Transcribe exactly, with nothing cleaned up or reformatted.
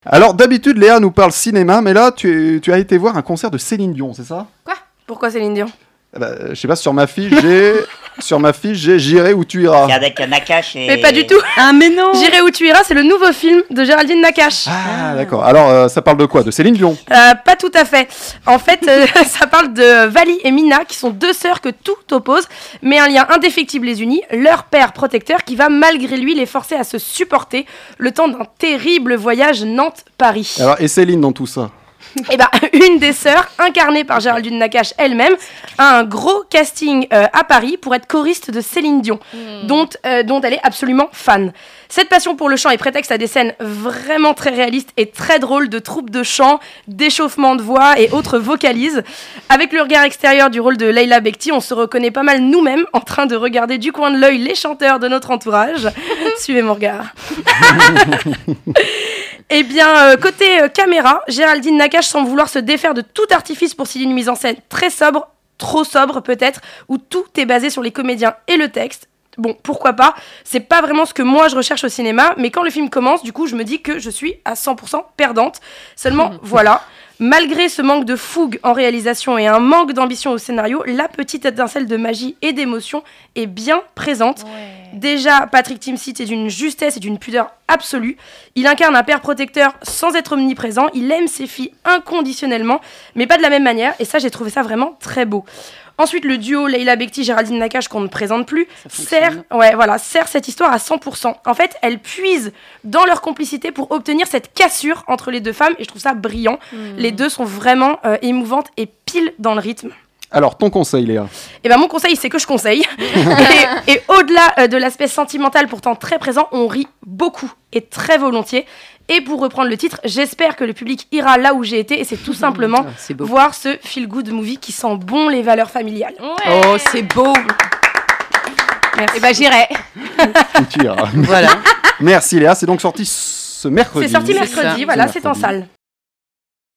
Alors d'habitude Léa nous parle cinéma, mais là tu, tu as été voir un concert de Céline Dion, c'est ça? Quoi? Pourquoi Céline Dion? Eh ben, je sais pas, sur ma fiche j'ai sur ma fiche j'ai J'irai où tu iras. C'est avec Nakache et... Mais pas du tout. Ah mais non. J'irai où tu iras, c'est le nouveau film de Géraldine Nakache. Ah, d'accord. Alors euh, ça parle de quoi? De Céline Dion? Euh, pas tout à fait. En fait, euh, ça parle de Vali et Mina, qui sont deux sœurs que tout oppose, mais un lien indéfectible les unit, leur père protecteur qui va malgré lui les forcer à se supporter le temps d'un terrible voyage Nantes-Paris. Alors et Céline dans tout ça? Et ben, une des sœurs, incarnée par Géraldine Nakache elle-même, a un gros casting euh, à Paris pour être choriste de Céline Dion, mmh. dont, euh, dont elle est absolument fan. Cette passion pour le chant est prétexte à des scènes vraiment très réalistes et très drôles de troupes de chant, d'échauffement de voix et autres vocalises. Avec le regard extérieur du rôle de Leila Bekti, on se reconnaît pas mal nous-mêmes en train de regarder du coin de l'œil les chanteurs de notre entourage. Suivez mon regard. Eh bien, euh, côté euh, caméra, Géraldine Nakache semble vouloir se défaire de tout artifice pour signer une mise en scène très sobre, trop sobre peut-être, où tout est basé sur les comédiens et le texte. Bon, pourquoi pas, c'est pas vraiment ce que moi je recherche au cinéma, mais quand le film commence, du coup, je me dis que je suis à cent pour cent perdante. Seulement, voilà, malgré ce manque de fougue en réalisation et un manque d'ambition au scénario, la petite étincelle de magie et d'émotion est bien présente. Ouais. Déjà, Patrick Timsit est d'une justesse et d'une pudeur absolue. Il incarne un père protecteur sans être omniprésent. Il aime ses filles inconditionnellement, mais pas de la même manière. Et ça, j'ai trouvé ça vraiment très beau. Ensuite, le duo Leila Bekti, Géraldine Nakache, qu'on ne présente plus, sert, ouais, voilà, sert cette histoire à cent pour cent. En fait, elle puise dans leur complicité pour obtenir cette cassure entre les deux femmes. Et je trouve ça brillant. Mmh. Les deux sont vraiment euh, émouvantes et pile dans le rythme. Alors, ton conseil, Léa? Eh ben, mon conseil, c'est que je conseille. et, et au-delà euh, de l'aspect sentimental pourtant très présent, on rit beaucoup et très volontiers. Et pour reprendre le titre, j'espère que le public ira là où j'ai été. Et c'est tout simplement ah, c'est voir ce feel-good movie qui sent bon les valeurs familiales. Ouais. Oh, c'est beau. Merci. Eh ben, j'irai. Tu iras. Voilà. Merci, Léa. C'est donc sorti ce mercredi. C'est sorti mercredi, c'est voilà, c'est, c'est en salle.